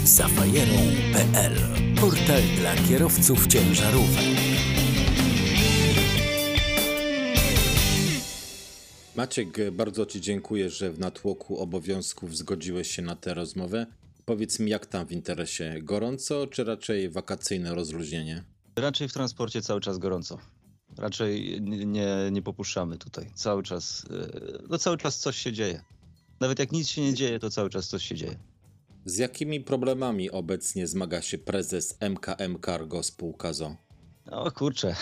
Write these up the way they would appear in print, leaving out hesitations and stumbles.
Zafajerą.pl. Portal dla kierowców ciężarówek. Maciek, bardzo Ci dziękuję, że w natłoku obowiązków zgodziłeś się na tę rozmowę. Powiedz mi, jak tam w interesie? Gorąco, czy raczej wakacyjne rozluźnienie? Raczej w transporcie cały czas gorąco. Raczej nie popuszczamy tutaj. Cały czas coś się dzieje. Nawet jak nic się nie dzieje, to cały czas coś się dzieje. Z jakimi problemami obecnie zmaga się prezes MKM Cargo spółka ZOO? O kurczę.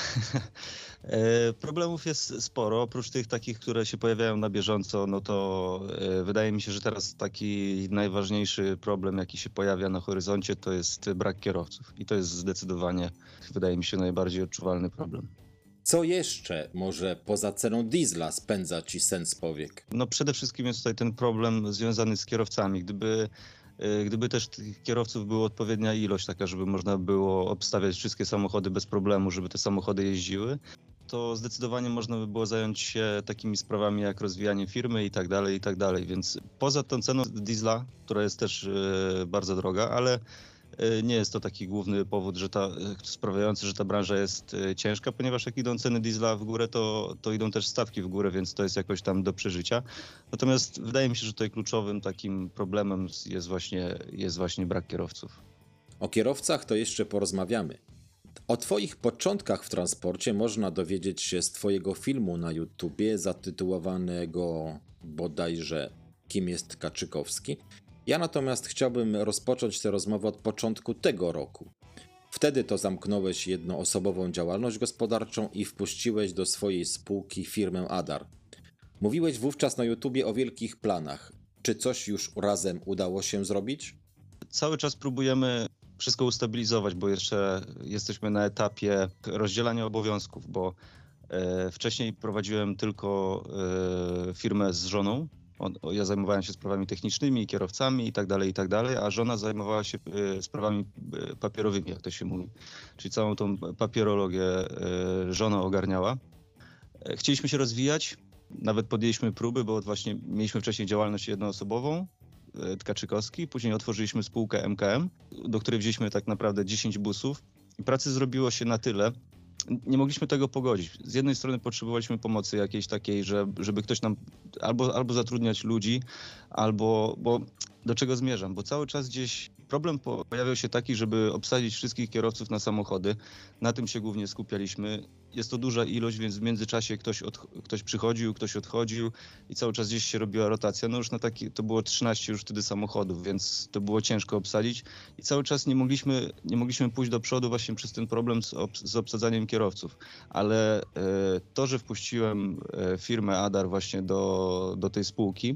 Problemów jest sporo. Oprócz tych takich, które się pojawiają na bieżąco, no to wydaje mi się, że teraz taki najważniejszy problem, jaki się pojawia na horyzoncie, to jest brak kierowców. I to jest zdecydowanie, wydaje mi się, najbardziej odczuwalny problem. Co jeszcze może poza ceną diesla spędza Ci sen z powiek? No przede wszystkim jest tutaj ten problem związany z kierowcami. Gdyby też tych kierowców była odpowiednia ilość, taka, żeby można było obstawiać wszystkie samochody bez problemu, żeby te samochody jeździły, to zdecydowanie można by było zająć się takimi sprawami jak rozwijanie firmy i tak dalej. Więc poza tą ceną diesla, która jest też bardzo droga, ale nie jest to taki główny powód, sprawiający, że ta branża jest ciężka, ponieważ jak idą ceny diesla w górę, to idą też stawki w górę, więc to jest jakoś tam do przeżycia. Natomiast wydaje mi się, że tutaj kluczowym takim problemem jest właśnie brak kierowców. O kierowcach to jeszcze porozmawiamy. O Twoich początkach w transporcie można dowiedzieć się z Twojego filmu na YouTubie zatytułowanego bodajże Kim jest Kaczykowski. Ja natomiast chciałbym rozpocząć tę rozmowę od początku tego roku. Wtedy to zamknąłeś jednoosobową działalność gospodarczą i wpuściłeś do swojej spółki firmę Adar. Mówiłeś wówczas na YouTubie o wielkich planach. Czy coś już razem udało się zrobić? Cały czas próbujemy wszystko ustabilizować, bo jeszcze jesteśmy na etapie rozdzielania obowiązków, bo wcześniej prowadziłem tylko firmę z żoną. Ja zajmowałem się sprawami technicznymi, kierowcami i tak dalej, a żona zajmowała się sprawami papierowymi, jak to się mówi. Czyli całą tą papierologię żona ogarniała. Chcieliśmy się rozwijać, nawet podjęliśmy próby, bo właśnie mieliśmy wcześniej działalność jednoosobową, Kaczykowski, później otworzyliśmy spółkę MKM, do której wzięliśmy tak naprawdę 10 busów. I pracy zrobiło się na tyle, nie mogliśmy tego pogodzić. Z jednej strony potrzebowaliśmy pomocy jakiejś takiej, żeby ktoś nam albo zatrudniać ludzi, bo do czego zmierzam? Bo cały czas gdzieś problem pojawiał się taki, żeby obsadzić wszystkich kierowców na samochody. Na tym się głównie skupialiśmy. Jest to duża ilość, więc w międzyczasie ktoś przychodził, ktoś odchodził i cały czas gdzieś się robiła rotacja. No już to było 13 już wtedy samochodów, więc to było ciężko obsadzić i cały czas nie mogliśmy pójść do przodu właśnie przez ten problem z obsadzaniem kierowców. Ale to, że wpuściłem firmę Adar właśnie do tej spółki,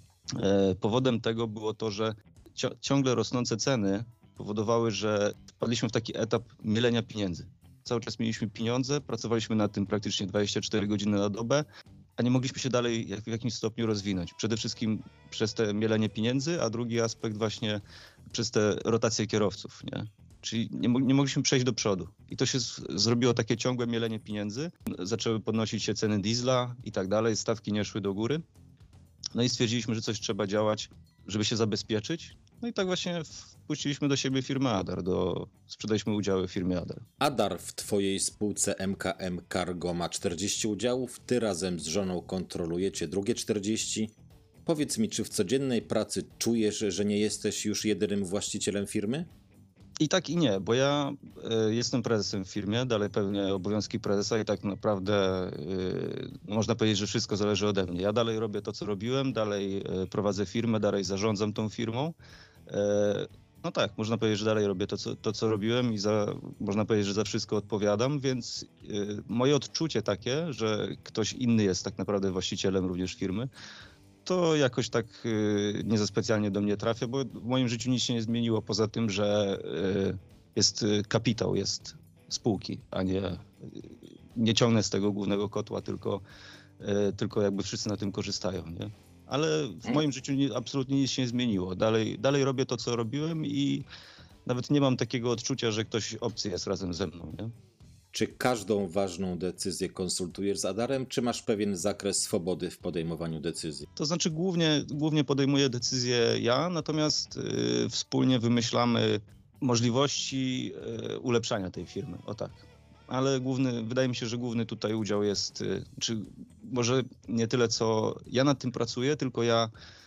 powodem tego było to, że ciągle rosnące ceny powodowały, że wpadliśmy w taki etap mielenia pieniędzy. Cały czas mieliśmy pieniądze, pracowaliśmy nad tym praktycznie 24 godziny na dobę, a nie mogliśmy się dalej w jakimś stopniu rozwinąć. Przede wszystkim przez te mielenie pieniędzy, a drugi aspekt właśnie przez te rotacje kierowców, nie? Czyli nie mogliśmy przejść do przodu. I to się zrobiło takie ciągłe mielenie pieniędzy. Zaczęły podnosić się ceny diesla i tak dalej, stawki nie szły do góry. No i stwierdziliśmy, że coś trzeba działać, żeby się zabezpieczyć. No i tak właśnie wpuściliśmy do siebie firmę Adar, sprzedaliśmy udziały w firmie Adar. Adar w Twojej spółce MKM Cargo ma 40 udziałów, Ty razem z żoną kontrolujecie drugie 40. Powiedz mi, czy w codziennej pracy czujesz, że nie jesteś już jedynym właścicielem firmy? I tak i nie, bo ja jestem prezesem w firmie, dalej pełnię obowiązki prezesa i tak naprawdę można powiedzieć, że wszystko zależy ode mnie. Ja dalej robię to, co robiłem, dalej prowadzę firmę, dalej zarządzam tą firmą. No tak, można powiedzieć, że dalej robię to, co robiłem i można powiedzieć, że za wszystko odpowiadam, więc moje odczucie takie, że ktoś inny jest tak naprawdę właścicielem również firmy, to jakoś tak nie za specjalnie do mnie trafia, bo w moim życiu nic się nie zmieniło poza tym, że jest kapitał, jest spółki, a nie ciągnę z tego głównego kotła, tylko jakby wszyscy na tym korzystają, nie? Ale w moim życiu absolutnie nic się nie zmieniło. Dalej robię to, co robiłem i nawet nie mam takiego odczucia, że ktoś obcy jest razem ze mną, nie? Czy każdą ważną decyzję konsultujesz z Adarem, czy masz pewien zakres swobody w podejmowaniu decyzji? To znaczy głównie podejmuję decyzje ja, natomiast wspólnie wymyślamy możliwości ulepszania tej firmy, o tak. Ale wydaje mi się, że główny tutaj udział jest, czy może nie tyle co ja nad tym pracuję, tylko ja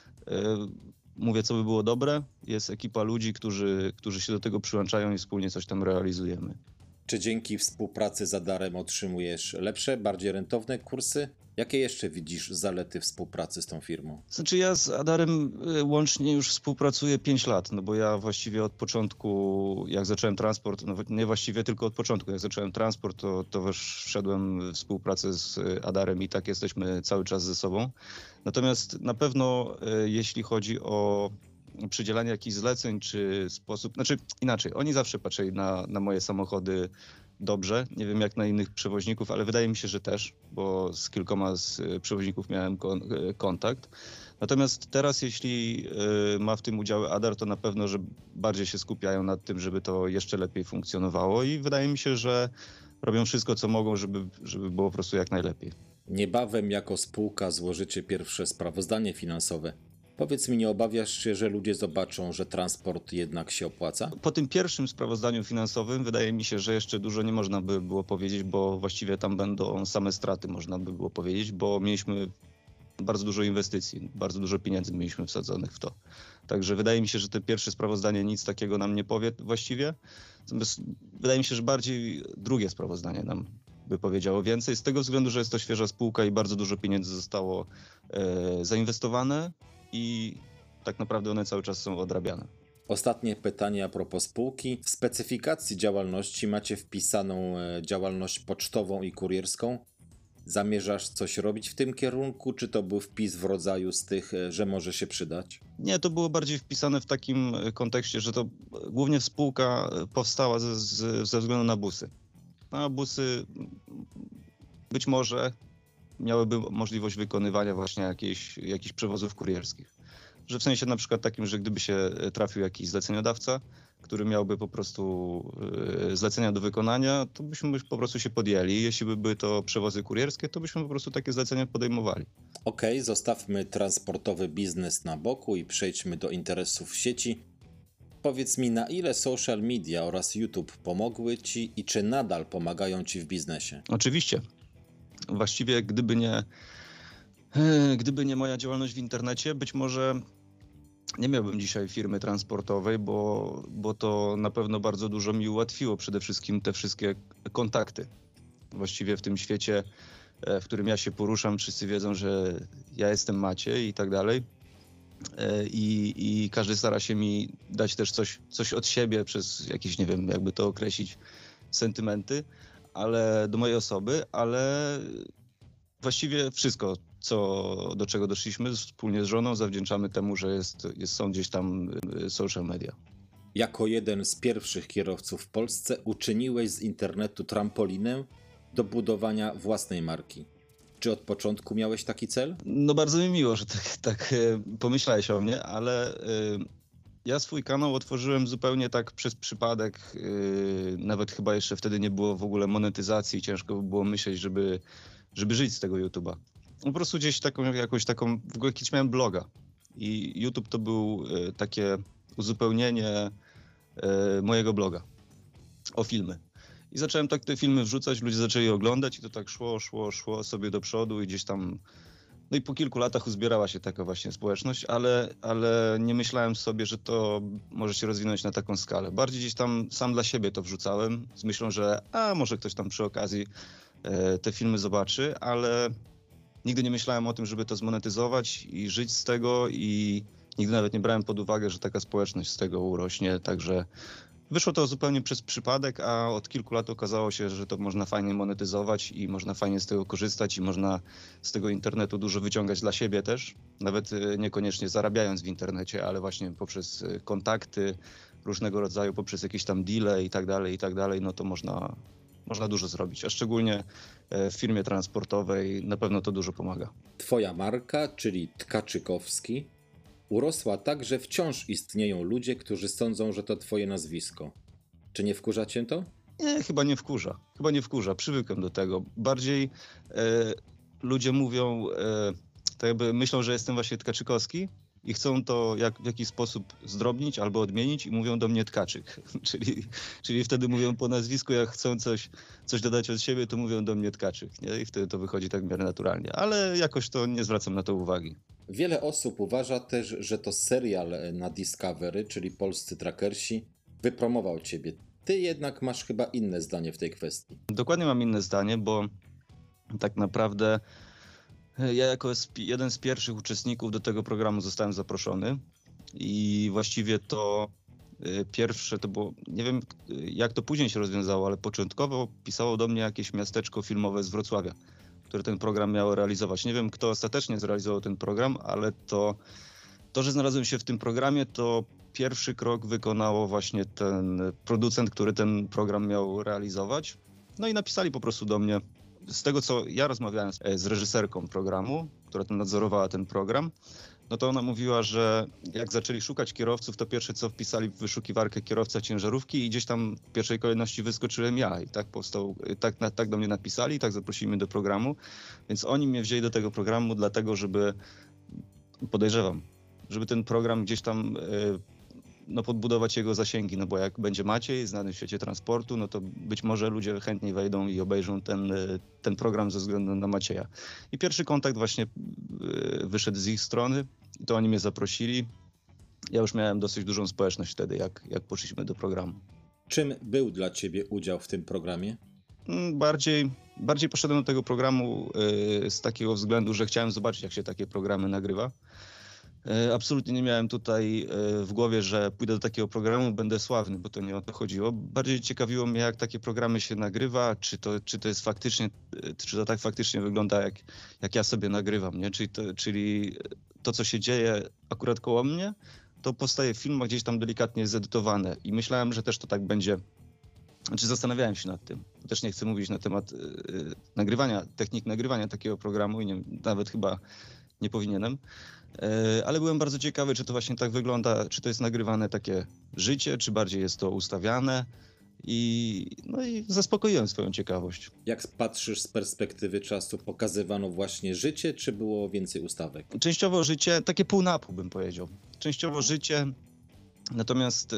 mówię, co by było dobre. Jest ekipa ludzi, którzy się do tego przyłączają i wspólnie coś tam realizujemy. Czy dzięki współpracy z Adarem otrzymujesz lepsze, bardziej rentowne kursy? Jakie jeszcze widzisz zalety współpracy z tą firmą? Znaczy ja z Adarem łącznie już współpracuję 5 lat, no bo ja właściwie od początku, jak zacząłem transport, no nie właściwie tylko od początku, jak zacząłem transport, to wszedłem w współpracę z Adarem i tak jesteśmy cały czas ze sobą. Natomiast na pewno jeśli chodzi o przydzielanie jakichś zleceń, czy sposób, znaczy inaczej, oni zawsze patrzyli na moje samochody dobrze. Nie wiem jak na innych przewoźników, ale wydaje mi się, że też, bo z kilkoma z przewoźników miałem kontakt. Natomiast teraz, jeśli ma w tym udział Adar, to na pewno, że bardziej się skupiają nad tym, żeby to jeszcze lepiej funkcjonowało i wydaje mi się, że robią wszystko, co mogą, żeby było po prostu jak najlepiej. Niebawem jako spółka złożycie pierwsze sprawozdanie finansowe. Powiedz mi, nie obawiasz się, że ludzie zobaczą, że transport jednak się opłaca? Po tym pierwszym sprawozdaniu finansowym wydaje mi się, że jeszcze dużo nie można by było powiedzieć, bo właściwie tam będą same straty, można by było powiedzieć, bo mieliśmy bardzo dużo inwestycji, bardzo dużo pieniędzy mieliśmy wsadzonych w to. Także wydaje mi się, że to pierwsze sprawozdanie nic takiego nam nie powie właściwie. Natomiast wydaje mi się, że bardziej drugie sprawozdanie nam by powiedziało więcej, z tego względu, że jest to świeża spółka i bardzo dużo pieniędzy zostało zainwestowane i tak naprawdę one cały czas są odrabiane. Ostatnie pytanie a propos spółki. W specyfikacji działalności macie wpisaną działalność pocztową i kurierską. Zamierzasz coś robić w tym kierunku, czy to był wpis w rodzaju z tych, że może się przydać? Nie, to było bardziej wpisane w takim kontekście, że to głównie spółka powstała ze względu na busy. A busy być może miałyby możliwość wykonywania właśnie jakichś przewozów kurierskich. Że w sensie na przykład takim, że gdyby się trafił jakiś zleceniodawca, który miałby po prostu zlecenia do wykonania, to byśmy po prostu się podjęli. Jeśli by były to przewozy kurierskie, to byśmy po prostu takie zlecenia podejmowali. Okej, zostawmy transportowy biznes na boku i przejdźmy do interesów w sieci. Powiedz mi, na ile social media oraz YouTube pomogły Ci i czy nadal pomagają Ci w biznesie? Oczywiście. Właściwie gdyby nie moja działalność w internecie, być może nie miałbym dzisiaj firmy transportowej, bo to na pewno bardzo dużo mi ułatwiło, przede wszystkim te wszystkie kontakty. Właściwie w tym świecie, w którym ja się poruszam, wszyscy wiedzą, że ja jestem Maciej i tak dalej. I każdy stara się mi dać też coś od siebie przez jakieś, nie wiem, jakby to określić, sentymenty, ale do mojej osoby, ale właściwie wszystko, do czego doszliśmy wspólnie z żoną, zawdzięczamy temu, że są gdzieś tam social media. Jako jeden z pierwszych kierowców w Polsce uczyniłeś z internetu trampolinę do budowania własnej marki. Czy od początku miałeś taki cel? No bardzo mi miło, że tak pomyślałeś o mnie, ale ja swój kanał otworzyłem zupełnie tak przez przypadek. Nawet chyba jeszcze wtedy nie było w ogóle monetyzacji. Ciężko by było myśleć, żeby żyć z tego YouTube'a. Po prostu gdzieś w ogóle kiedyś miałem bloga i YouTube to był takie uzupełnienie mojego bloga o filmy. I zacząłem tak te filmy wrzucać, ludzie zaczęli oglądać i to tak szło sobie do przodu i gdzieś tam... No i po kilku latach uzbierała się taka właśnie społeczność, ale nie myślałem sobie, że to może się rozwinąć na taką skalę. Bardziej gdzieś tam sam dla siebie to wrzucałem z myślą, że może ktoś tam przy okazji te filmy zobaczy, ale nigdy nie myślałem o tym, żeby to zmonetyzować i żyć z tego i nigdy nawet nie brałem pod uwagę, że taka społeczność z tego urośnie, także wyszło to zupełnie przez przypadek, a od kilku lat okazało się, że to można fajnie monetyzować i można fajnie z tego korzystać i można z tego internetu dużo wyciągać dla siebie też, nawet niekoniecznie zarabiając w internecie, ale właśnie poprzez kontakty różnego rodzaju, poprzez jakieś tam deale i tak dalej, no to można dużo zrobić, a szczególnie w firmie transportowej na pewno to dużo pomaga. Twoja marka, czyli Tkaczykowski, urosła tak, że wciąż istnieją ludzie, którzy sądzą, że to twoje nazwisko. Czy nie wkurza cię to? Nie, chyba nie wkurza. Chyba nie wkurza. Przywykłem do tego. Bardziej ludzie mówią, tak jakby myślą, że jestem właśnie Tkaczykowski i chcą to w jakiś sposób zdrobnić albo odmienić i mówią do mnie Tkaczyk. Czyli wtedy mówią po nazwisku, jak chcą coś dodać od siebie, to mówią do mnie Tkaczyk. Nie? I wtedy to wychodzi tak w miarę naturalnie. Ale jakoś to nie zwracam na to uwagi. Wiele osób uważa też, że to serial na Discovery, czyli Polscy Trackersi, wypromował ciebie. Ty jednak masz chyba inne zdanie w tej kwestii. Dokładnie mam inne zdanie, bo tak naprawdę ja jako jeden z pierwszych uczestników do tego programu zostałem zaproszony i właściwie to pierwsze to było, nie wiem jak to później się rozwiązało, ale początkowo pisało do mnie jakieś miasteczko filmowe z Wrocławia, które ten program miało realizować. Nie wiem, kto ostatecznie zrealizował ten program, ale to, że znalazłem się w tym programie, to pierwszy krok wykonało właśnie ten producent, który ten program miał realizować. No i napisali po prostu do mnie, z tego co ja rozmawiałem z reżyserką programu, która tam nadzorowała ten program, no to ona mówiła, że jak zaczęli szukać kierowców, to pierwsze co wpisali w wyszukiwarkę kierowca ciężarówki i gdzieś tam w pierwszej kolejności wyskoczyłem ja i tak powstał, tak do mnie napisali, tak zaprosili mnie do programu, więc oni mnie wzięli do tego programu dlatego, żeby, podejrzewam, żeby ten program gdzieś tam podbudować jego zasięgi, no bo jak będzie Maciej znany w świecie transportu, no to być może ludzie chętniej wejdą i obejrzą ten program ze względu na Macieja. I pierwszy kontakt właśnie wyszedł z ich strony, to oni mnie zaprosili. Ja już miałem dosyć dużą społeczność wtedy, jak poszliśmy do programu. Czym był dla ciebie udział w tym programie? Bardziej poszedłem do tego programu z takiego względu, że chciałem zobaczyć, jak się takie programy nagrywa. Absolutnie nie miałem tutaj w głowie, że pójdę do takiego programu, będę sławny, bo to nie o to chodziło. Bardziej ciekawiło mnie, jak takie programy się nagrywa, czy to jest faktycznie, czy to tak faktycznie wygląda, jak ja sobie nagrywam, nie? Czyli to, co się dzieje akurat koło mnie, to powstaje w filmach gdzieś tam delikatnie zedytowane i myślałem, że też to tak będzie. Znaczy zastanawiałem się nad tym. Też nie chcę mówić na temat technik nagrywania takiego programu i nawet chyba nie powinienem. Ale byłem bardzo ciekawy, czy to właśnie tak wygląda, czy to jest nagrywane takie życie, czy bardziej jest to ustawiane i zaspokoiłem swoją ciekawość. Jak patrzysz z perspektywy czasu, pokazywano właśnie życie, czy było więcej ustawek? Częściowo życie, takie pół na pół bym powiedział. Częściowo życie, natomiast,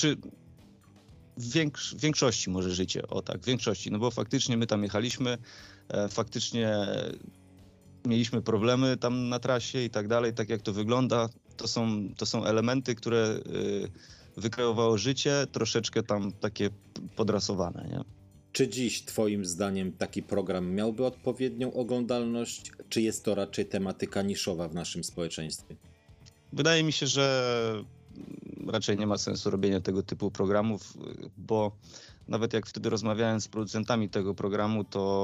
w większości może życie, w większości, no bo faktycznie my tam jechaliśmy, faktycznie mieliśmy problemy tam na trasie i tak dalej, tak jak to wygląda. To są elementy, które wykreowało życie, troszeczkę tam takie podrasowane, nie? Czy dziś twoim zdaniem taki program miałby odpowiednią oglądalność, czy jest to raczej tematyka niszowa w naszym społeczeństwie? Wydaje mi się, że raczej nie ma sensu robienia tego typu programów, bo nawet jak wtedy rozmawiałem z producentami tego programu, to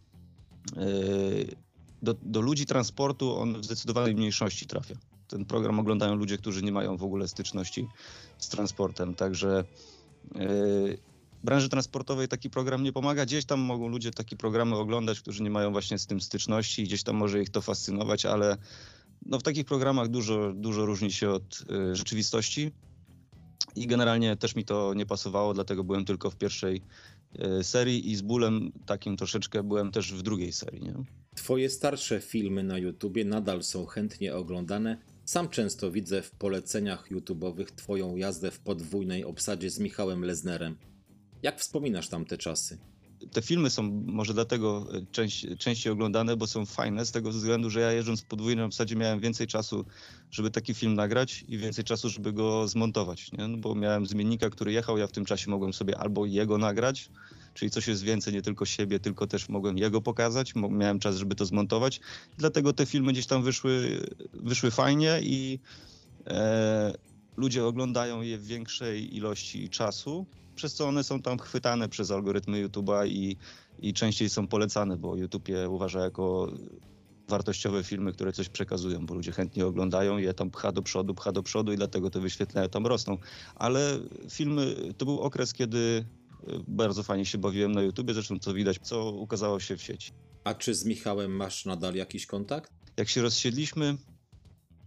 do ludzi transportu on w zdecydowanej mniejszości trafia. Ten program oglądają ludzie, którzy nie mają w ogóle styczności z transportem, także branży transportowej taki program nie pomaga. Gdzieś tam mogą ludzie takie programy oglądać, którzy nie mają właśnie z tym styczności, gdzieś tam może ich to fascynować, ale w takich programach dużo różni się od rzeczywistości i generalnie też mi to nie pasowało, dlatego byłem tylko w pierwszej serii i z bólem takim troszeczkę byłem też w drugiej serii, nie? Twoje starsze filmy na YouTubie nadal są chętnie oglądane. Sam często widzę w poleceniach YouTube'owych twoją jazdę w podwójnej obsadzie z Michałem Leznerem. Jak wspominasz tamte czasy? Te filmy są może dlatego częściej oglądane, bo są fajne z tego względu, że ja jeżdżąc w podwójnej obsadzie miałem więcej czasu, żeby taki film nagrać i więcej czasu, żeby go zmontować, nie? No bo miałem zmiennika, który jechał, ja w tym czasie mogłem sobie albo jego nagrać, czyli coś jest więcej, nie tylko siebie, tylko też mogłem jego pokazać, miałem czas, żeby to zmontować. Dlatego te filmy gdzieś tam wyszły fajnie i ludzie oglądają je w większej ilości czasu, przez co one są tam chwytane przez algorytmy YouTube'a i częściej są polecane, bo YouTube je uważa jako wartościowe filmy, które coś przekazują, bo ludzie chętnie oglądają i je tam pcha do przodu i dlatego te wyświetlenia tam rosną. Ale filmy, to był okres, kiedy bardzo fajnie się bawiłem na YouTubie, zresztą co widać, co ukazało się w sieci. A czy z Michałem masz nadal jakiś kontakt? Jak się rozsiedliśmy,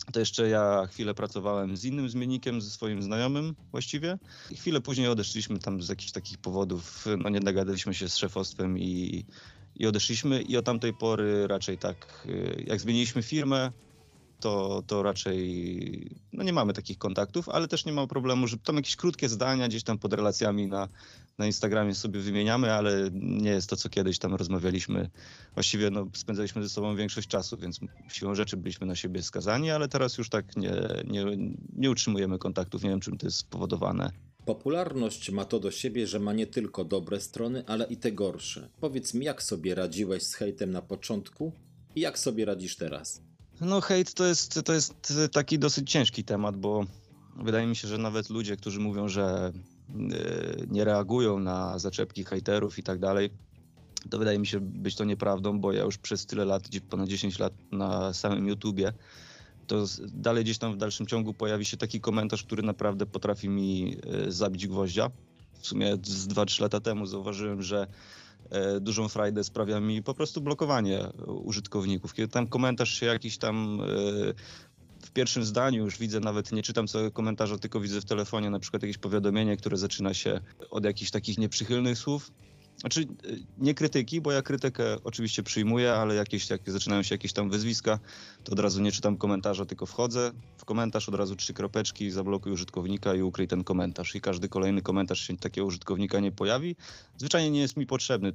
to jeszcze ja chwilę pracowałem z innym zmiennikiem, ze swoim znajomym właściwie. I chwilę później odeszliśmy tam z jakichś takich powodów, no nie dogadaliśmy się z szefostwem i odeszliśmy. I od tamtej pory raczej tak, jak zmieniliśmy firmę, to raczej no nie mamy takich kontaktów, ale też nie ma problemu, że tam jakieś krótkie zdania gdzieś tam pod relacjami na Instagramie sobie wymieniamy, ale nie jest to, co kiedyś tam rozmawialiśmy. Właściwie no, spędzaliśmy ze sobą większość czasu, więc siłą rzeczy byliśmy na siebie skazani, ale teraz już tak nie utrzymujemy kontaktów. Nie wiem, czym to jest spowodowane. Popularność ma to do siebie, że ma nie tylko dobre strony, ale i te gorsze. Powiedz mi, jak sobie radziłeś z hejtem na początku i jak sobie radzisz teraz? No hejt to jest taki dosyć ciężki temat, bo wydaje mi się, że nawet ludzie, którzy mówią, że nie reagują na zaczepki hejterów i tak dalej, to wydaje mi się być to nieprawdą, bo ja już przez tyle lat, ponad 10 lat na samym YouTubie, to dalej gdzieś tam w dalszym ciągu pojawi się taki komentarz, który naprawdę potrafi mi zabić gwoździa. W sumie z 2-3 lata temu zauważyłem, że dużą frajdę sprawia mi po prostu blokowanie użytkowników. Kiedy tam komentarz się jakiś tam w pierwszym zdaniu już widzę, nawet nie czytam całego komentarza, tylko widzę w telefonie na przykład jakieś powiadomienie, które zaczyna się od jakichś takich nieprzychylnych słów. Znaczy nie krytyki, bo ja krytykę oczywiście przyjmuję, ale jak zaczynają się jakieś tam wyzwiska, to od razu nie czytam komentarza, tylko wchodzę w komentarz, od razu 3 kropeczki, zablokuj użytkownika i ukryj ten komentarz. I każdy kolejny komentarz się takiego użytkownika nie pojawi. Zwyczajnie nie jest mi potrzebny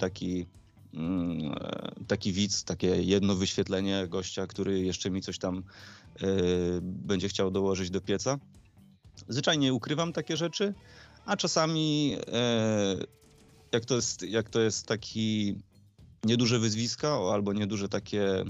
taki widz, takie jedno wyświetlenie gościa, który jeszcze mi coś tam będzie chciał dołożyć do pieca. Zwyczajnie ukrywam takie rzeczy, a czasami jak to jest taki nieduże wyzwiska albo nieduże takie,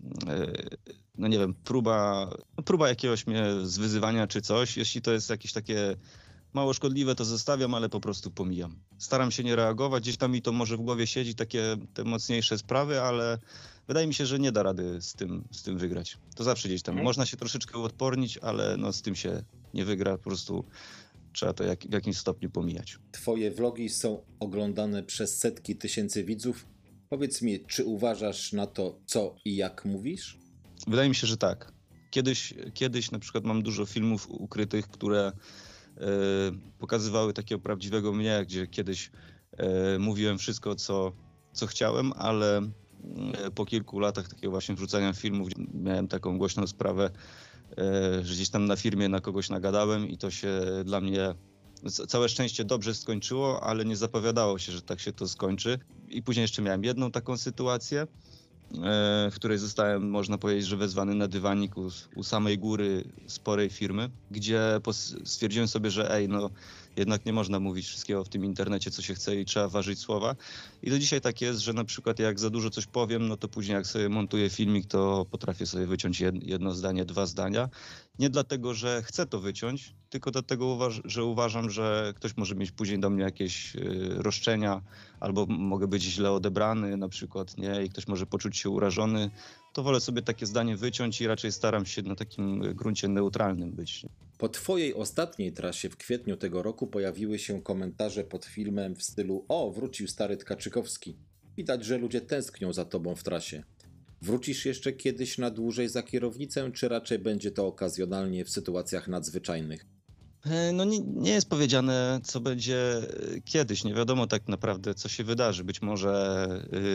no nie wiem, próba jakiegoś mnie zwyzywania czy coś, jeśli to jest jakieś takie mało szkodliwe, to zostawiam, ale po prostu pomijam. Staram się nie reagować, gdzieś tam mi to może w głowie siedzi, takie te mocniejsze sprawy, ale wydaje mi się, że nie da rady z tym wygrać. To zawsze gdzieś tam można się troszeczkę uodpornić, ale no z tym się nie wygra, po prostu trzeba to w jakimś stopniu pomijać. Twoje vlogi są oglądane przez setki tysięcy widzów. Powiedz mi, czy uważasz na to, co i jak mówisz? Wydaje mi się, że tak. Kiedyś na przykład mam dużo filmów ukrytych, które pokazywały takiego prawdziwego mnie, gdzie kiedyś mówiłem wszystko, co chciałem, ale po kilku latach takiego właśnie wrzucania filmów miałem taką głośną sprawę, że gdzieś tam na firmie na kogoś nagadałem i to się dla mnie całe szczęście dobrze skończyło, ale nie zapowiadało się, że tak się to skończy. I później jeszcze miałem jedną taką sytuację, w której zostałem, można powiedzieć, że wezwany na dywanik u samej góry sporej firmy, gdzie stwierdziłem sobie, że no jednak nie można mówić wszystkiego w tym internecie, co się chce i trzeba ważyć słowa. I do dzisiaj tak jest, że na przykład jak za dużo coś powiem, no to później jak sobie montuję filmik, to potrafię sobie wyciąć jedno zdanie, 2 zdania. Nie dlatego, że chcę to wyciąć, tylko dlatego, że uważam, że ktoś może mieć później do mnie jakieś roszczenia, albo mogę być źle odebrany na przykład, nie? I ktoś może poczuć się urażony. To wolę sobie takie zdanie wyciąć i raczej staram się na takim gruncie neutralnym być. Po twojej ostatniej trasie w kwietniu tego roku pojawiły się komentarze pod filmem w stylu: o, wrócił stary Tkaczykowski. Widać, że ludzie tęsknią za tobą w trasie. Wrócisz jeszcze kiedyś na dłużej za kierownicę, czy raczej będzie to okazjonalnie w sytuacjach nadzwyczajnych? No nie jest powiedziane, co będzie kiedyś. Nie wiadomo tak naprawdę, co się wydarzy. Być może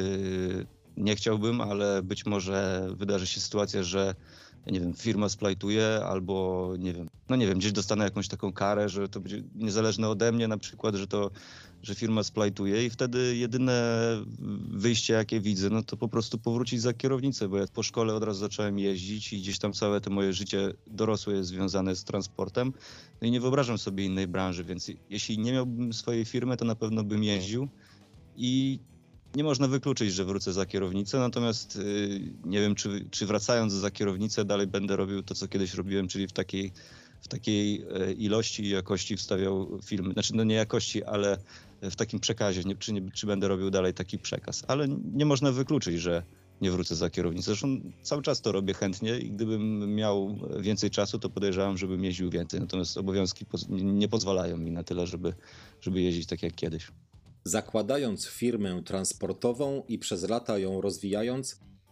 nie chciałbym, ale być może wydarzy się sytuacja, że nie wiem, firma splajtuje albo nie wiem, gdzieś dostanę jakąś taką karę, że to będzie niezależne ode mnie na przykład, że firma splajtuje i wtedy jedyne wyjście, jakie widzę, no to po prostu powrócić za kierownicę, bo ja po szkole od razu zacząłem jeździć i gdzieś tam całe to moje życie dorosłe jest związane z transportem. No i nie wyobrażam sobie innej branży, więc jeśli nie miałbym swojej firmy, to na pewno bym jeździł i nie można wykluczyć, że wrócę za kierownicę, natomiast nie wiem, czy wracając za kierownicę dalej będę robił to, co kiedyś robiłem, czyli w takiej ilości i jakości wstawiał filmy. Znaczy, no nie jakości, ale w takim przekazie, czy będę robił dalej taki przekaz. Ale nie można wykluczyć, że nie wrócę za kierownicę. Zresztą cały czas to robię chętnie i gdybym miał więcej czasu, to podejrzewam, żebym jeździł więcej. Natomiast obowiązki nie pozwalają mi na tyle, żeby jeździć tak jak kiedyś. Zakładając firmę transportową i przez lata ją rozwijając,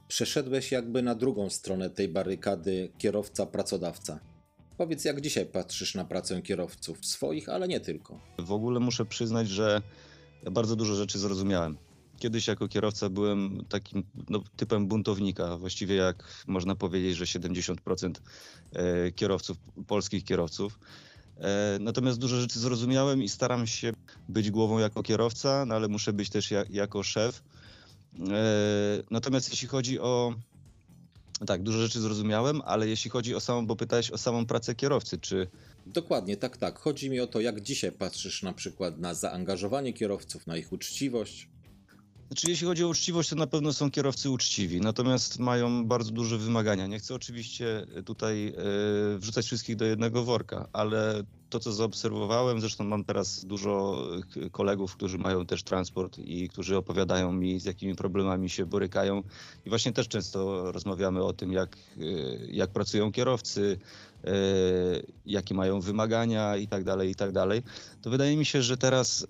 Przeszedłeś jakby na drugą stronę tej barykady kierowca-pracodawca. Powiedz, jak dzisiaj patrzysz na pracę kierowców, swoich, ale nie tylko. W ogóle muszę przyznać, że ja bardzo dużo rzeczy zrozumiałem. Kiedyś jako kierowca byłem takim typem buntownika, właściwie jak można powiedzieć, że 70% kierowców, polskich kierowców. Natomiast dużo rzeczy zrozumiałem i staram się być głową jako kierowca, no ale muszę być też jako szef. Natomiast jeśli chodzi o... Tak, dużo rzeczy zrozumiałem, ale jeśli chodzi o samą, bo pytałeś o samą pracę kierowcy, czy... Dokładnie, tak. Chodzi mi o to, jak dzisiaj patrzysz na przykład na zaangażowanie kierowców, na ich uczciwość. Znaczy, jeśli chodzi o uczciwość, to na pewno są kierowcy uczciwi, natomiast mają bardzo duże wymagania. Nie chcę oczywiście tutaj wrzucać wszystkich do jednego worka, ale to, co zaobserwowałem, zresztą mam teraz dużo kolegów, którzy mają też transport i którzy opowiadają mi, z jakimi problemami się borykają. I właśnie też często rozmawiamy o tym, jak pracują kierowcy, jakie mają wymagania i tak dalej. To wydaje mi się, że teraz...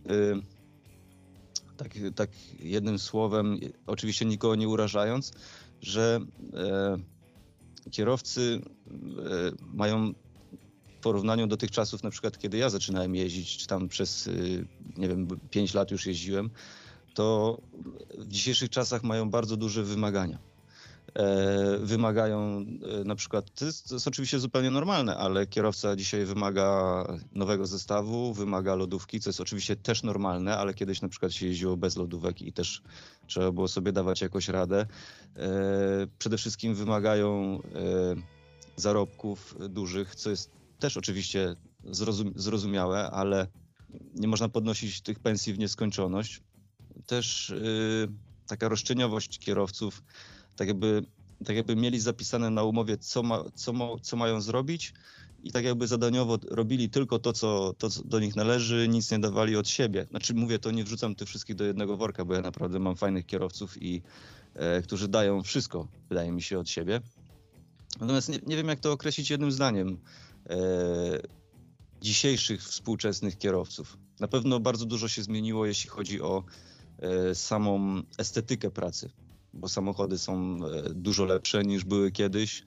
Tak jednym słowem, oczywiście nikogo nie urażając, że kierowcy mają w porównaniu do tych czasów, na przykład kiedy ja zaczynałem jeździć, czy tam przez, 5 lat już jeździłem, to w dzisiejszych czasach mają bardzo duże wymagania. Wymagają na przykład, to jest oczywiście zupełnie normalne, ale kierowca dzisiaj wymaga nowego zestawu, wymaga lodówki, co jest oczywiście też normalne, ale kiedyś na przykład się jeździło bez lodówek i też trzeba było sobie dawać jakoś radę. Przede wszystkim wymagają zarobków dużych, co jest też oczywiście zrozumiałe, ale nie można podnosić tych pensji w nieskończoność. Też taka roszczeniowość kierowców, tak jakby mieli zapisane na umowie, co mają zrobić i tak jakby zadaniowo robili tylko to, co do nich należy, nic nie dawali od siebie. Znaczy mówię, to nie wrzucam tych wszystkich do jednego worka, bo ja naprawdę mam fajnych kierowców, którzy dają wszystko, wydaje mi się, od siebie. Natomiast nie wiem, jak to określić jednym zdaniem. Dzisiejszych współczesnych kierowców. Na pewno bardzo dużo się zmieniło, jeśli chodzi o samą estetykę pracy, bo samochody są dużo lepsze niż były kiedyś.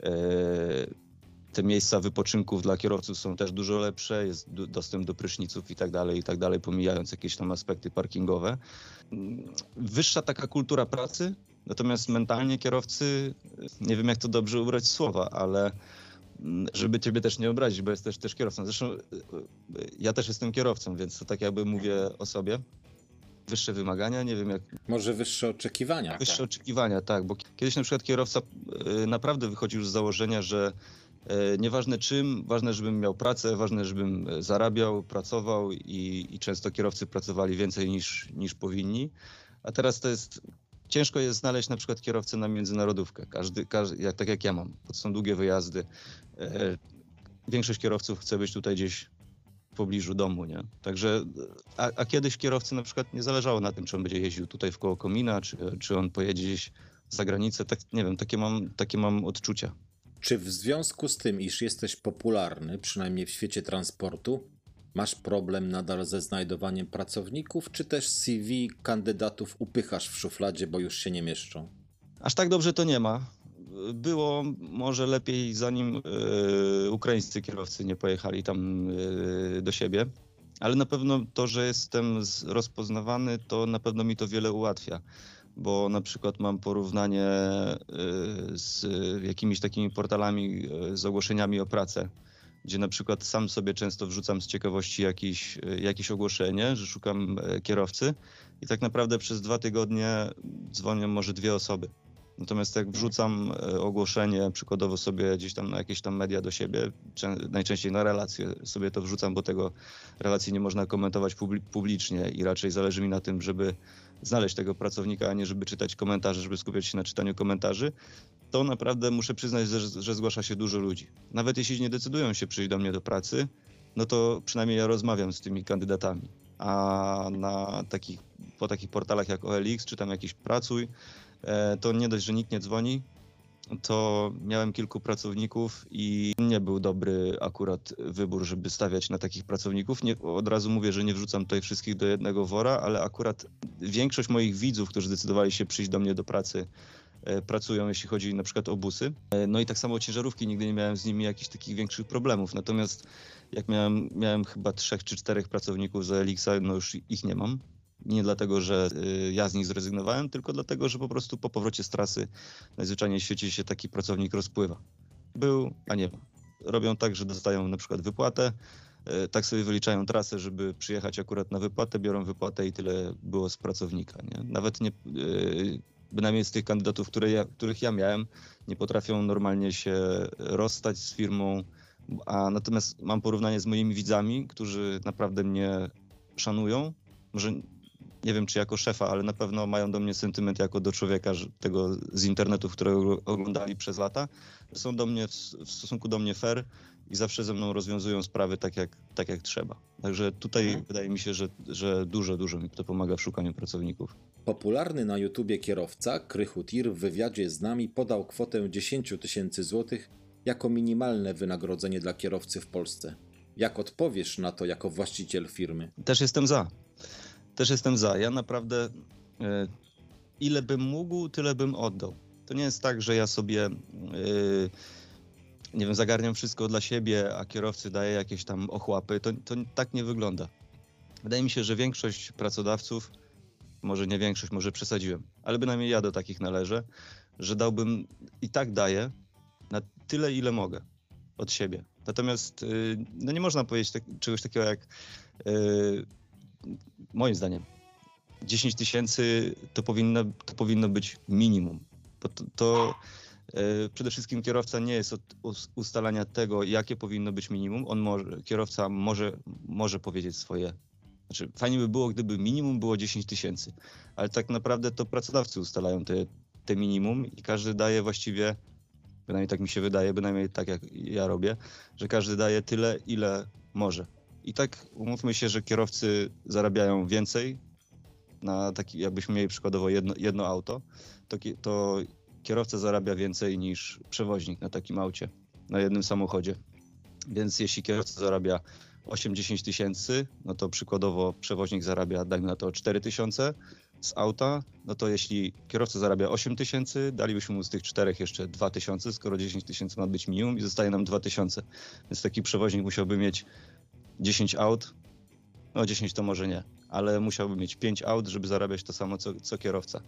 Te miejsca wypoczynków dla kierowców są też dużo lepsze, jest dostęp do pryszniców i tak dalej, pomijając jakieś tam aspekty parkingowe. Wyższa taka kultura pracy, natomiast mentalnie kierowcy, nie wiem jak to dobrze ubrać słowa, ale żeby ciebie też nie obrazić, bo jesteś też kierowcą. Zresztą ja też jestem kierowcą, więc to tak jakby mówię o sobie. Wyższe wymagania, nie wiem jak... Może wyższe oczekiwania. Wyższe oczekiwania, tak, bo kiedyś na przykład kierowca naprawdę wychodził z założenia, że nieważne czym, ważne, żebym miał pracę, ważne, żebym zarabiał, pracował i często kierowcy pracowali więcej niż powinni. A teraz to jest... Ciężko jest znaleźć na przykład kierowcę na międzynarodówkę, tak jak ja mam. To są długie wyjazdy. Większość kierowców chce być tutaj gdzieś w pobliżu domu, nie? Także, a kiedyś kierowcy na przykład nie zależało na tym, czy on będzie jeździł tutaj wkoło komina, czy on pojedzie gdzieś za granicę. Tak, nie wiem, takie mam odczucia. Czy w związku z tym, iż jesteś popularny, przynajmniej w świecie transportu, masz problem nadal ze znajdowaniem pracowników, czy też CV kandydatów upychasz w szufladzie, bo już się nie mieszczą? Aż tak dobrze to nie ma. Było może lepiej, zanim ukraińscy kierowcy nie pojechali tam do siebie, ale na pewno to, że jestem rozpoznawany, to na pewno mi to wiele ułatwia, bo na przykład mam porównanie z jakimiś takimi portalami z ogłoszeniami o pracę, gdzie na przykład sam sobie często wrzucam z ciekawości jakieś ogłoszenie, że szukam kierowcy i tak naprawdę przez 2 tygodnie dzwonią może 2 osoby. Natomiast jak wrzucam ogłoszenie, przykładowo sobie gdzieś tam na jakieś tam media do siebie, najczęściej na relacje sobie to wrzucam, bo tego relacji nie można komentować publicznie i raczej zależy mi na tym, żeby znaleźć tego pracownika, a nie żeby czytać komentarze, żeby skupiać się na czytaniu komentarzy, to naprawdę muszę przyznać, że zgłasza się dużo ludzi. Nawet jeśli nie decydują się przyjść do mnie do pracy, no to przynajmniej ja rozmawiam z tymi kandydatami. A po takich portalach jak OLX czy tam jakiś Pracuj, to nie dość, że nikt nie dzwoni, to miałem kilku pracowników i nie był dobry akurat wybór, żeby stawiać na takich pracowników. Od razu mówię, że nie wrzucam tutaj wszystkich do jednego wora, ale akurat większość moich widzów, którzy zdecydowali się przyjść do mnie do pracy pracują, jeśli chodzi na przykład o busy. No i tak samo ciężarówki, nigdy nie miałem z nimi jakichś takich większych problemów. Natomiast jak miałem chyba 3 czy 4 pracowników z OLX, no już ich nie mam. Nie dlatego, że ja z nich zrezygnowałem, tylko dlatego, że po prostu po powrocie z trasy najzwyczajniej w świecie się taki pracownik rozpływa. Był, a nie ma. Robią tak, że dostają na przykład wypłatę, tak sobie wyliczają trasę, żeby przyjechać akurat na wypłatę, biorą wypłatę i tyle było z pracownika. Nie? Nawet nie, bynajmniej z tych kandydatów, których ja miałem, nie potrafią normalnie się rozstać z firmą, a natomiast mam porównanie z moimi widzami, którzy naprawdę mnie szanują. Może nie wiem, czy jako szefa, ale na pewno mają do mnie sentyment jako do człowieka tego z internetu, którego oglądali przez lata. Są do mnie w stosunku do mnie fair i zawsze ze mną rozwiązują sprawy tak jak trzeba. Także tutaj wydaje mi się, że dużo mi to pomaga w szukaniu pracowników. Popularny na YouTubie kierowca Krychu Tir w wywiadzie z nami podał kwotę 10 000 złotych jako minimalne wynagrodzenie dla kierowcy w Polsce. Jak odpowiesz na to jako właściciel firmy? Też jestem za. Ja naprawdę ile bym mógł, tyle bym oddał. To nie jest tak, że ja sobie nie wiem, zagarniam wszystko dla siebie, a kierowcy daje jakieś tam ochłapy. To tak nie wygląda. Wydaje mi się, że większość pracodawców, może nie większość, może przesadziłem, ale bynajmniej ja do takich należę, że dałbym i tak daję na tyle, ile mogę od siebie. Natomiast no nie można powiedzieć czegoś takiego jak moim zdaniem 10 000 to powinno być minimum. Bo to przede wszystkim kierowca nie jest od ustalania tego, jakie powinno być minimum. Kierowca może powiedzieć swoje. Znaczy, fajnie by było, gdyby minimum było 10 000, ale tak naprawdę to pracodawcy ustalają te minimum i każdy daje właściwie, bynajmniej tak mi się wydaje, bynajmniej tak jak ja robię, że każdy daje tyle, ile może. I tak umówmy się, że kierowcy zarabiają więcej na taki, jakbyśmy mieli przykładowo jedno auto, to kierowca zarabia więcej niż przewoźnik na takim aucie, na jednym samochodzie. Więc jeśli kierowca zarabia 8-10 tysięcy, no to przykładowo przewoźnik zarabia, dajmy na to 4 000 z auta, no to jeśli kierowca zarabia 8 000, dalibyśmy mu z tych 4 jeszcze 2 000, skoro 10 000 ma być minimum i zostaje nam 2 000. Więc taki przewoźnik musiałby mieć 10 aut, no 10 to może nie, ale musiałby mieć 5 aut, żeby zarabiać to samo co kierowca,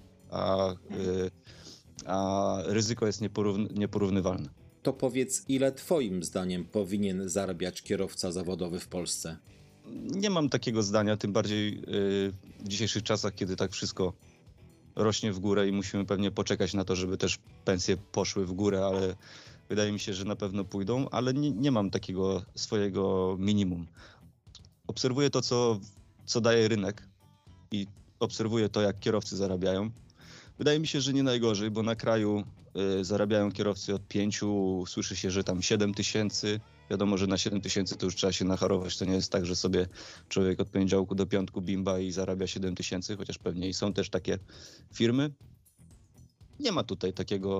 a ryzyko jest nieporównywalne. To powiedz, ile twoim zdaniem powinien zarabiać kierowca zawodowy w Polsce? Nie mam takiego zdania, tym bardziej w dzisiejszych czasach, kiedy tak wszystko rośnie w górę i musimy pewnie poczekać na to, żeby też pensje poszły w górę, ale wydaje mi się, że na pewno pójdą, ale nie mam takiego swojego minimum. Obserwuję to, co daje rynek i obserwuję to, jak kierowcy zarabiają. Wydaje mi się, że nie najgorzej, bo na kraju zarabiają kierowcy od 5, słyszy się, że tam 7 000. Wiadomo, że na 7 000 to już trzeba się nacharować. To nie jest tak, że sobie człowiek od poniedziałku do piątku bimba i zarabia 7 000, chociaż pewnie i są też takie firmy. Nie ma tutaj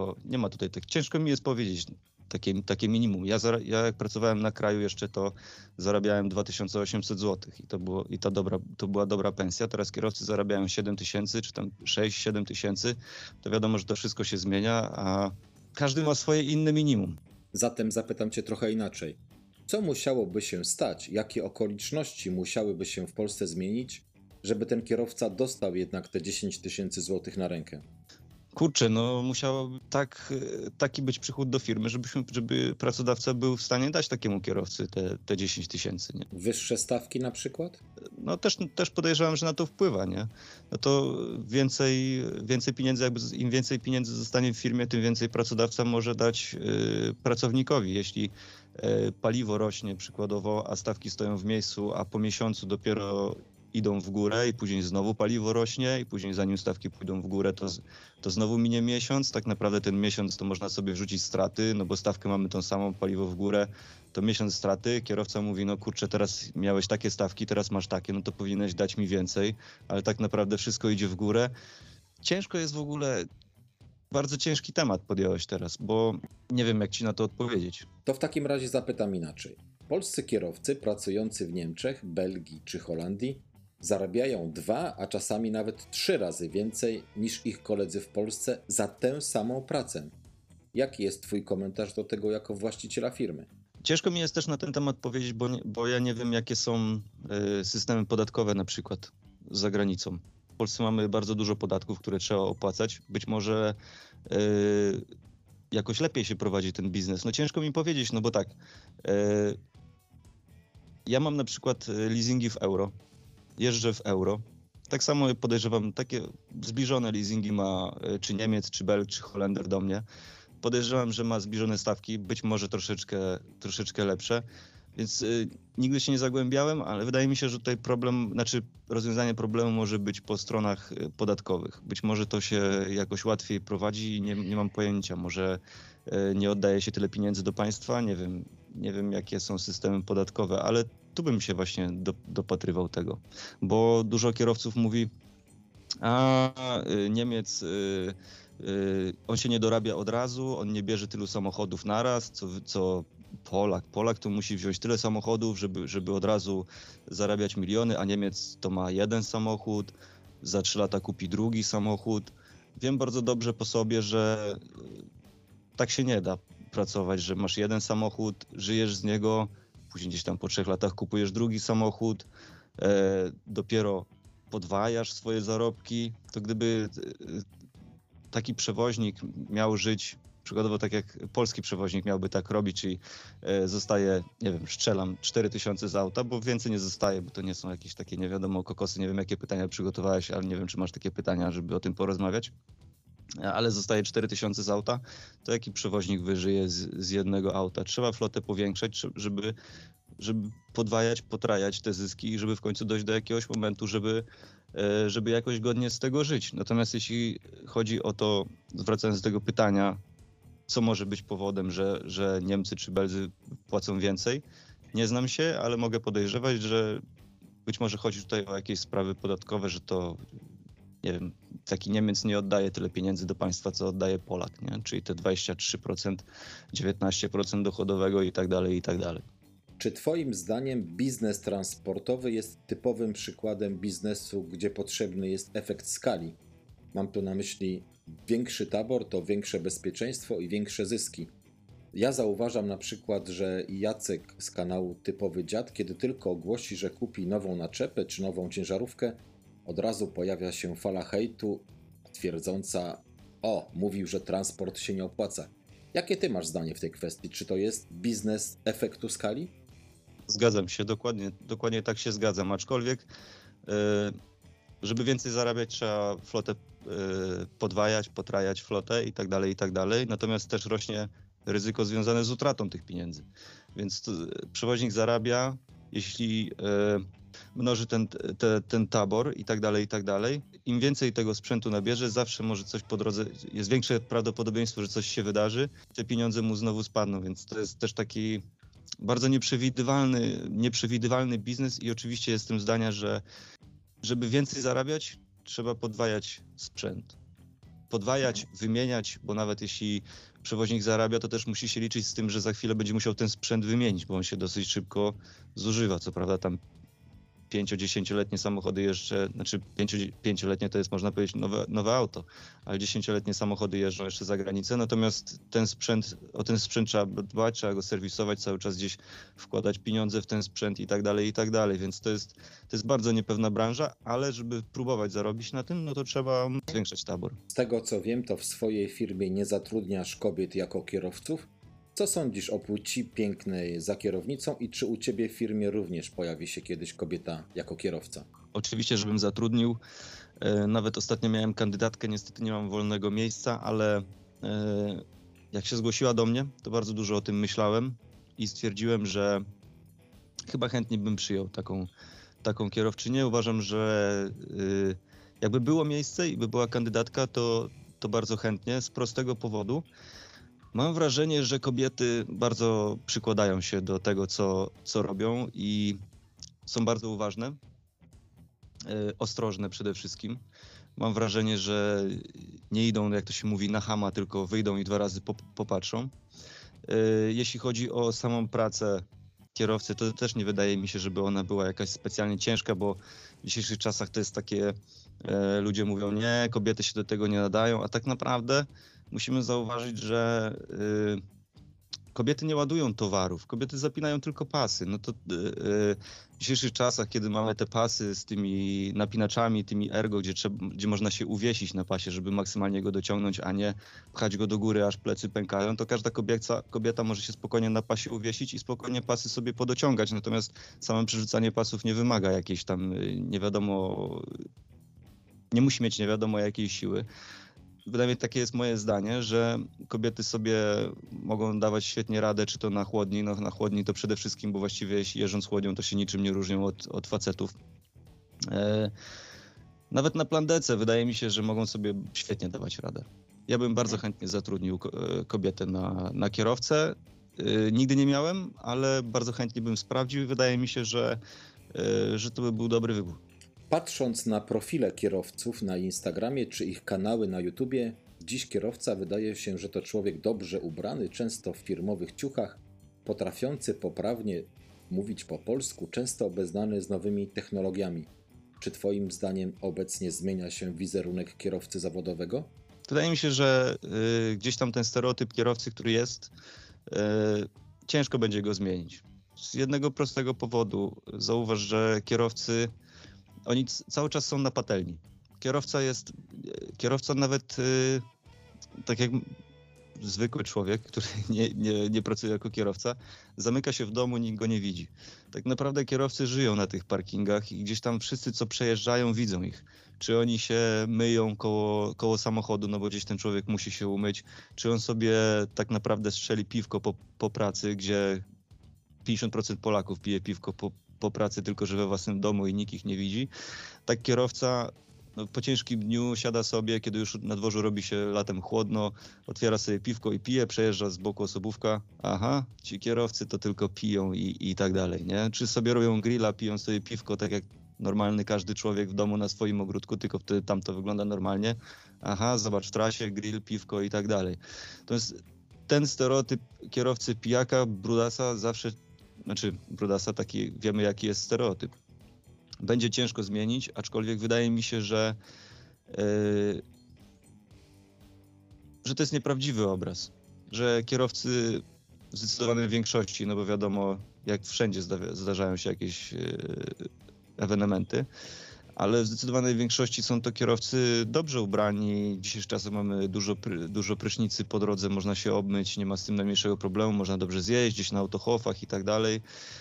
tak ciężko mi jest powiedzieć takie minimum. Ja jak pracowałem na kraju jeszcze, to zarabiałem 2800 zł i to była dobra pensja. Teraz kierowcy zarabiają 7 000 czy tam 6-7 tysięcy. To wiadomo, że to wszystko się zmienia, a każdy ma swoje inne minimum. Zatem zapytam cię trochę inaczej. Co musiałoby się stać, jakie okoliczności musiałyby się w Polsce zmienić, żeby ten kierowca dostał jednak te 10 000 złotych na rękę? Kurczę, no musiałoby taki być przychód do firmy, żeby pracodawca był w stanie dać takiemu kierowcy te 10 000, nie? Wyższe stawki na przykład? No też podejrzewam, że na to wpływa, nie? No to więcej pieniędzy, im więcej pieniędzy zostanie w firmie, tym więcej pracodawca może dać pracownikowi. Jeśli paliwo rośnie przykładowo, a stawki stoją w miejscu, a po miesiącu dopiero idą w górę i później znowu paliwo rośnie i później zanim stawki pójdą w górę, to znowu minie miesiąc. Tak naprawdę ten miesiąc to można sobie wrzucić straty, no bo stawkę mamy tą samą, paliwo w górę, to miesiąc straty. Kierowca mówi, no kurczę, teraz miałeś takie stawki, teraz masz takie, no to powinieneś dać mi więcej, ale tak naprawdę wszystko idzie w górę. Ciężko jest w ogóle, bardzo ciężki temat podjąłeś teraz, bo nie wiem, jak ci na to odpowiedzieć. To w takim razie zapytam inaczej. Polscy kierowcy pracujący w Niemczech, Belgii czy Holandii zarabiają 2, a czasami nawet 3 razy więcej niż ich koledzy w Polsce za tę samą pracę. Jaki jest Twój komentarz do tego jako właściciela firmy? Ciężko mi jest też na ten temat powiedzieć, bo ja nie wiem, jakie są systemy podatkowe na przykład za granicą. W Polsce mamy bardzo dużo podatków, które trzeba opłacać. Być może jakoś lepiej się prowadzi ten biznes. No ciężko mi powiedzieć, no bo tak, ja mam na przykład leasingi w euro, jeżdżę w euro. Tak samo podejrzewam, takie zbliżone leasingi ma czy Niemiec, czy Belg, czy Holender do mnie. Podejrzewam, że ma zbliżone stawki, być może troszeczkę lepsze, więc nigdy się nie zagłębiałem, ale wydaje mi się, że tutaj rozwiązanie problemu może być po stronach podatkowych. Być może to się jakoś łatwiej prowadzi i nie mam pojęcia, może nie oddaje się tyle pieniędzy do państwa, nie wiem jakie są systemy podatkowe, ale tu bym się właśnie dopatrywał tego, bo dużo kierowców mówi, Niemiec, on się nie dorabia od razu, on nie bierze tylu samochodów naraz, co Polak. Polak to musi wziąć tyle samochodów, żeby od razu zarabiać miliony, a Niemiec to ma jeden samochód, za 3 lata kupi drugi samochód. Wiem bardzo dobrze po sobie, że tak się nie da pracować, że masz jeden samochód, żyjesz z niego, później gdzieś tam po 3 latach kupujesz drugi samochód, dopiero podwajasz swoje zarobki. To gdyby taki przewoźnik miał żyć, przykładowo tak jak polski przewoźnik miałby tak robić, czyli zostaje, nie wiem, strzelam 4000 z auta, bo więcej nie zostaje, bo to nie są jakieś takie nie wiadomo kokosy, nie wiem jakie pytania przygotowałeś, ale nie wiem czy masz takie pytania, żeby o tym porozmawiać, ale zostaje 4000 z auta, to jaki przewoźnik wyżyje z jednego auta? Trzeba flotę powiększać, żeby podwajać, potrajać te zyski i żeby w końcu dojść do jakiegoś momentu, żeby jakoś godnie z tego żyć. Natomiast jeśli chodzi o to, zwracając do tego pytania, co może być powodem, że Niemcy czy Belzy płacą więcej, nie znam się, ale mogę podejrzewać, że być może chodzi tutaj o jakieś sprawy podatkowe, że to, nie wiem, taki Niemiec nie oddaje tyle pieniędzy do państwa, co oddaje Polak, nie? Czyli te 23%, 19% dochodowego i tak dalej, i tak dalej. Czy Twoim zdaniem biznes transportowy jest typowym przykładem biznesu, gdzie potrzebny jest efekt skali? Mam tu na myśli większy tabor to większe bezpieczeństwo i większe zyski. Ja zauważam na przykład, że Jacek z kanału Typowy Dziad, kiedy tylko ogłosi, że kupi nową naczepę czy nową ciężarówkę, od razu pojawia się fala hejtu twierdząca: o, mówił, że transport się nie opłaca. Jakie ty masz zdanie w tej kwestii? Czy to jest biznes efektu skali? Zgadzam się, dokładnie tak się zgadzam, aczkolwiek żeby więcej zarabiać, trzeba flotę podwajać, potrajać flotę i tak dalej, natomiast też rośnie ryzyko związane z utratą tych pieniędzy, więc przewoźnik zarabia, jeśli mnoży ten tabor i tak dalej, im więcej tego sprzętu nabierze, zawsze może coś po drodze, jest większe prawdopodobieństwo, że coś się wydarzy, te pieniądze mu znowu spadną, więc to jest też taki bardzo nieprzewidywalny biznes i oczywiście jestem zdania, że żeby więcej zarabiać, trzeba podwajać sprzęt. Podwajać, wymieniać, bo nawet jeśli przewoźnik zarabia, to też musi się liczyć z tym, że za chwilę będzie musiał ten sprzęt wymienić, bo on się dosyć szybko zużywa. Co prawda tam 5-10-letnie samochody jeszcze, znaczy 5-letnie to jest, można powiedzieć, nowe auto, ale 10-letnie samochody jeżdżą jeszcze za granicę, natomiast o ten sprzęt trzeba dbać, trzeba go serwisować, cały czas gdzieś wkładać pieniądze w ten sprzęt i tak dalej, więc to jest bardzo niepewna branża, ale żeby próbować zarobić na tym, no to trzeba zwiększać tabor. Z tego co wiem, to w swojej firmie nie zatrudniasz kobiet jako kierowców. Co sądzisz o płci pięknej za kierownicą i czy u Ciebie w firmie również pojawi się kiedyś kobieta jako kierowca? Oczywiście, żebym zatrudnił. Nawet ostatnio miałem kandydatkę, niestety nie mam wolnego miejsca, ale jak się zgłosiła do mnie, to bardzo dużo o tym myślałem i stwierdziłem, że chyba chętnie bym przyjął taką kierowczynię. Uważam, że jakby było miejsce i by była kandydatka, to bardzo chętnie, z prostego powodu. Mam wrażenie, że kobiety bardzo przykładają się do tego, co robią i są bardzo uważne, ostrożne przede wszystkim. Mam wrażenie, że nie idą, jak to się mówi, na chama, tylko wyjdą i 2 razy popatrzą. Jeśli chodzi o samą pracę, kierowcy, to też nie wydaje mi się, żeby ona była jakaś specjalnie ciężka, bo w dzisiejszych czasach to jest takie, ludzie mówią, nie, kobiety się do tego nie nadają, a tak naprawdę musimy zauważyć, że kobiety nie ładują towarów, kobiety zapinają tylko pasy. No to w dzisiejszych czasach, kiedy mamy te pasy z tymi napinaczami, tymi ergo, gdzie można się uwiesić na pasie, żeby maksymalnie go dociągnąć, a nie pchać go do góry, aż plecy pękają, to każda kobieta może się spokojnie na pasie uwiesić i spokojnie pasy sobie podociągać. Natomiast samo przerzucanie pasów nie wymaga jakiejś tam nie musi mieć nie wiadomo jakiej siły. Wydaje mi się, takie jest moje zdanie, że kobiety sobie mogą dawać świetnie radę, czy to na chłodni. No, na chłodni to przede wszystkim, bo właściwie jeśli jeżdżąc chłodnią, to się niczym nie różnią od facetów. Nawet na plandece wydaje mi się, że mogą sobie świetnie dawać radę. Ja bym bardzo chętnie zatrudnił kobietę na kierowcę. Nigdy nie miałem, ale bardzo chętnie bym sprawdził i wydaje mi się, że to by był dobry wybór. Patrząc na profile kierowców na Instagramie czy ich kanały na YouTubie, dziś kierowca wydaje się, że to człowiek dobrze ubrany, często w firmowych ciuchach, potrafiący poprawnie mówić po polsku, często obeznany z nowymi technologiami. Czy twoim zdaniem obecnie zmienia się wizerunek kierowcy zawodowego? Wydaje mi się, że gdzieś tam ten stereotyp kierowcy, który jest, ciężko będzie go zmienić. Z jednego prostego powodu. Zauważ, że kierowcy oni cały czas są na patelni. Kierowca nawet tak jak zwykły człowiek, który nie pracuje jako kierowca, zamyka się w domu, nikt go nie widzi. Tak naprawdę kierowcy żyją na tych parkingach i gdzieś tam wszyscy, co przejeżdżają, widzą ich. Czy oni się myją koło samochodu, no bo gdzieś ten człowiek musi się umyć, czy on sobie tak naprawdę strzeli piwko po pracy, gdzie 50% Polaków pije piwko po pracy, tylko że we własnym domu i nikt ich nie widzi. Tak kierowca po ciężkim dniu siada sobie, kiedy już na dworzu robi się latem chłodno, otwiera sobie piwko i pije, przejeżdża z boku osobówka. Aha, ci kierowcy to tylko piją i tak dalej, nie? Czy sobie robią grilla, piją sobie piwko, tak jak normalny każdy człowiek w domu na swoim ogródku, tylko wtedy tam to wygląda normalnie. Aha, zobacz, w trasie, grill, piwko i tak dalej. To jest ten stereotyp kierowcy pijaka, brudasa zawsze, brudasa taki, wiemy jaki jest stereotyp. Będzie ciężko zmienić, aczkolwiek wydaje mi się, że to jest nieprawdziwy obraz. Że kierowcy w zdecydowanej większości, no bo wiadomo, jak wszędzie zdarzają się jakieś ewenementy, ale w zdecydowanej większości są to kierowcy dobrze ubrani. W dzisiejszych czasach mamy dużo prysznicy po drodze, można się obmyć, nie ma z tym najmniejszego problemu, można dobrze zjeść, gdzieś na autohofach i tak dalej.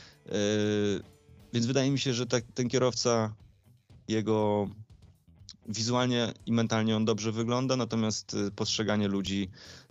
Więc wydaje mi się, że ten kierowca, jego wizualnie i mentalnie on dobrze wygląda, natomiast postrzeganie ludzi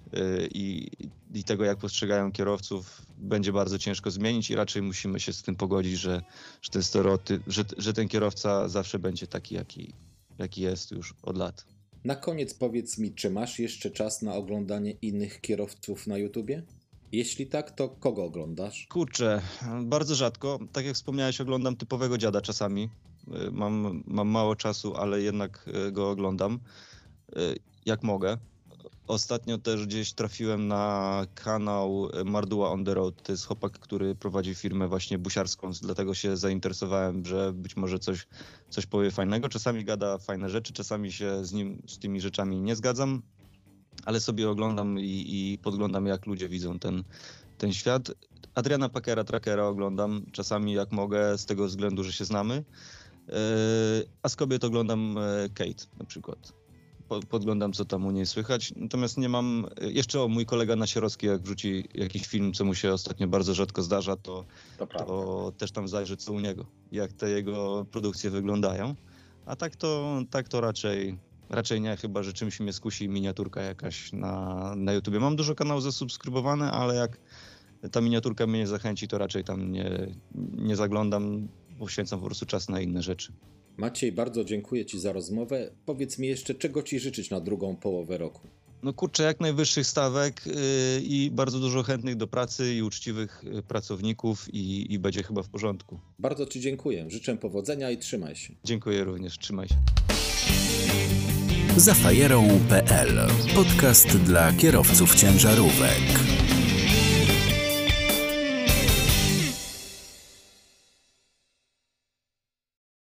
i tego, jak postrzegają kierowców, będzie bardzo ciężko zmienić i raczej musimy się z tym pogodzić, że ten stereotyp, że ten kierowca zawsze będzie taki, jaki jest już od lat. Na koniec powiedz mi, czy masz jeszcze czas na oglądanie innych kierowców na YouTubie? Jeśli tak, to kogo oglądasz? Kurczę, bardzo rzadko. Tak jak wspomniałeś, oglądam typowego dziada czasami. Mam mało czasu, ale jednak go oglądam, jak mogę. Ostatnio też gdzieś trafiłem na kanał Mardua on the Road. To jest chłopak, który prowadzi firmę właśnie busiarską, dlatego się zainteresowałem, że być może coś powie fajnego. Czasami gada fajne rzeczy, czasami się z tymi rzeczami nie zgadzam, ale sobie oglądam i podglądam, jak ludzie widzą ten świat. Adriana Packera, trackera oglądam czasami jak mogę, z tego względu, że się znamy. A z kobiet oglądam Kate na przykład. Podglądam, co tam u niej słychać. Natomiast nie mam... Jeszcze mój kolega Nasierowski, jak wrzuci jakiś film, co mu się ostatnio bardzo rzadko zdarza, to też tam zajrzę, co u niego. Jak te jego produkcje wyglądają. A tak to raczej nie, chyba że czymś mnie skusi miniaturka jakaś na YouTubie. Mam dużo kanałów zasubskrybowane, ale jak ta miniaturka mnie nie zachęci, to raczej tam nie zaglądam, poświęcam po prostu czas na inne rzeczy. Maciej, bardzo dziękuję Ci za rozmowę. Powiedz mi jeszcze, czego Ci życzyć na drugą połowę roku? No kurczę, jak najwyższych stawek i bardzo dużo chętnych do pracy i uczciwych pracowników i będzie chyba w porządku. Bardzo Ci dziękuję. Życzę powodzenia i trzymaj się. Dziękuję również. Trzymaj się. Zafajerą.pl. Podcast dla kierowców ciężarówek.